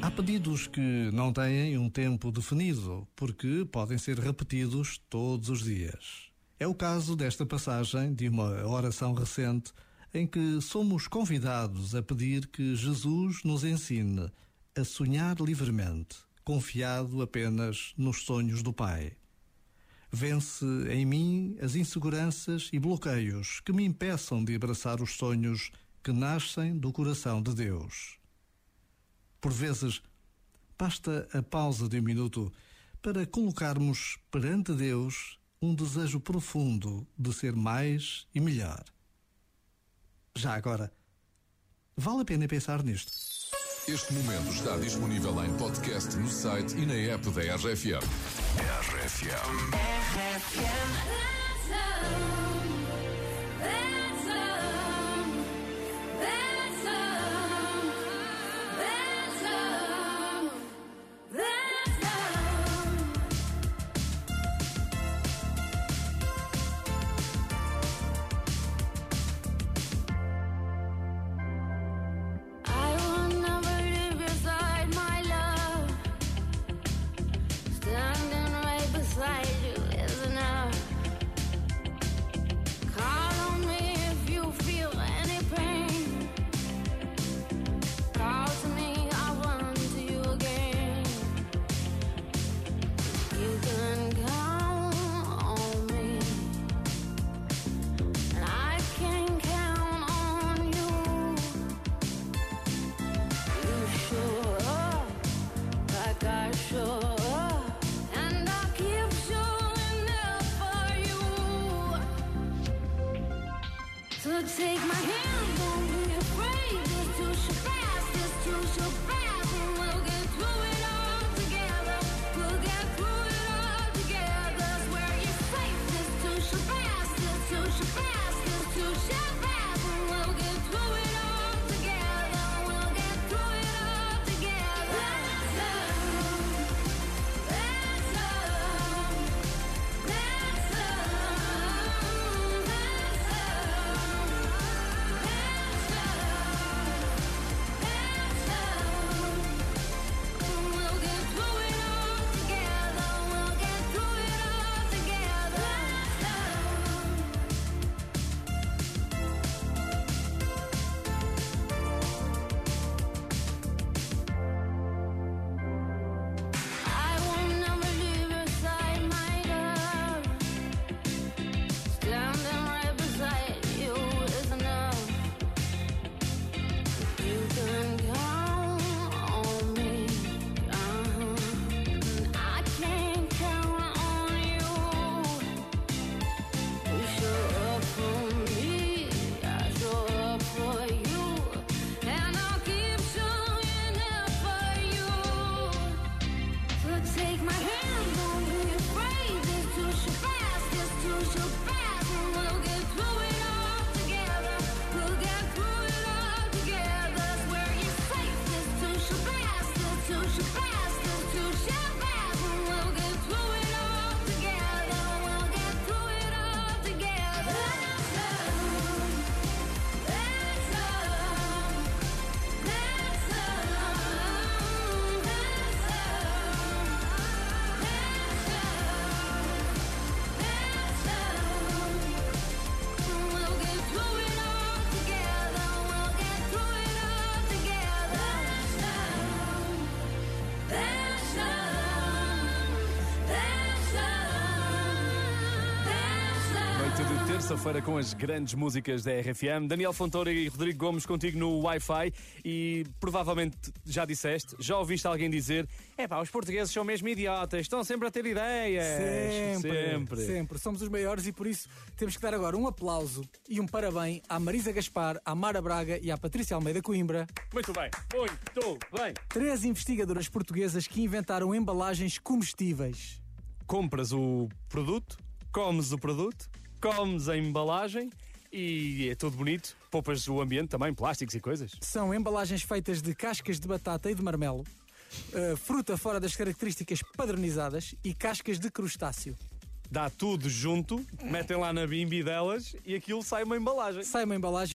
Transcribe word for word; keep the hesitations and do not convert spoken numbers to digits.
Há pedidos que não têm um tempo definido, porque podem ser repetidos todos os dias. É o caso desta passagem de uma oração recente em que somos convidados a pedir que Jesus nos ensine a sonhar livremente, confiado apenas nos sonhos do Pai. Vence em mim as inseguranças e bloqueios que me impeçam de abraçar os sonhos que nascem do coração de Deus. Por vezes, basta a pausa de um minuto para colocarmos perante Deus um desejo profundo de ser mais e melhor. Já agora, vale a pena pensar nisto. Este momento está disponível em podcast no site e na app da R F M. R F M. R F M. Take my hand, don't be afraid. It's too so fast, it's too so fast. And we'll get through it all together. We'll get through it all together. Swear you're safe. It's too so fast, it's too so fast, it's too so fast. And we'll get through it all together. We'll get through it all together. Let's go, let's go, let's go, let's go. De terça-feira com as grandes músicas da R F M. Daniel Fontoura e Rodrigo Gomes contigo no Wi-Fi e provavelmente já disseste, já ouviste alguém dizer: é pá, os portugueses são mesmo idiotas, estão sempre a ter ideias. Sempre, sempre, sempre. Somos os maiores e por isso temos que dar agora um aplauso e um parabéns à Marisa Gaspar, à Mara Braga e à Patrícia Almeida Coimbra. Muito bem, muito bem. Três investigadoras portuguesas que inventaram embalagens comestíveis. Compras o produto, comes o produto, comes a embalagem e é tudo bonito. Poupas o ambiente também, plásticos e coisas. São embalagens feitas de cascas de batata e de marmelo, uh, fruta fora das características padronizadas e cascas de crustáceo. Dá tudo junto, metem lá na bimbi delas e aquilo sai uma embalagem. Sai uma embalagem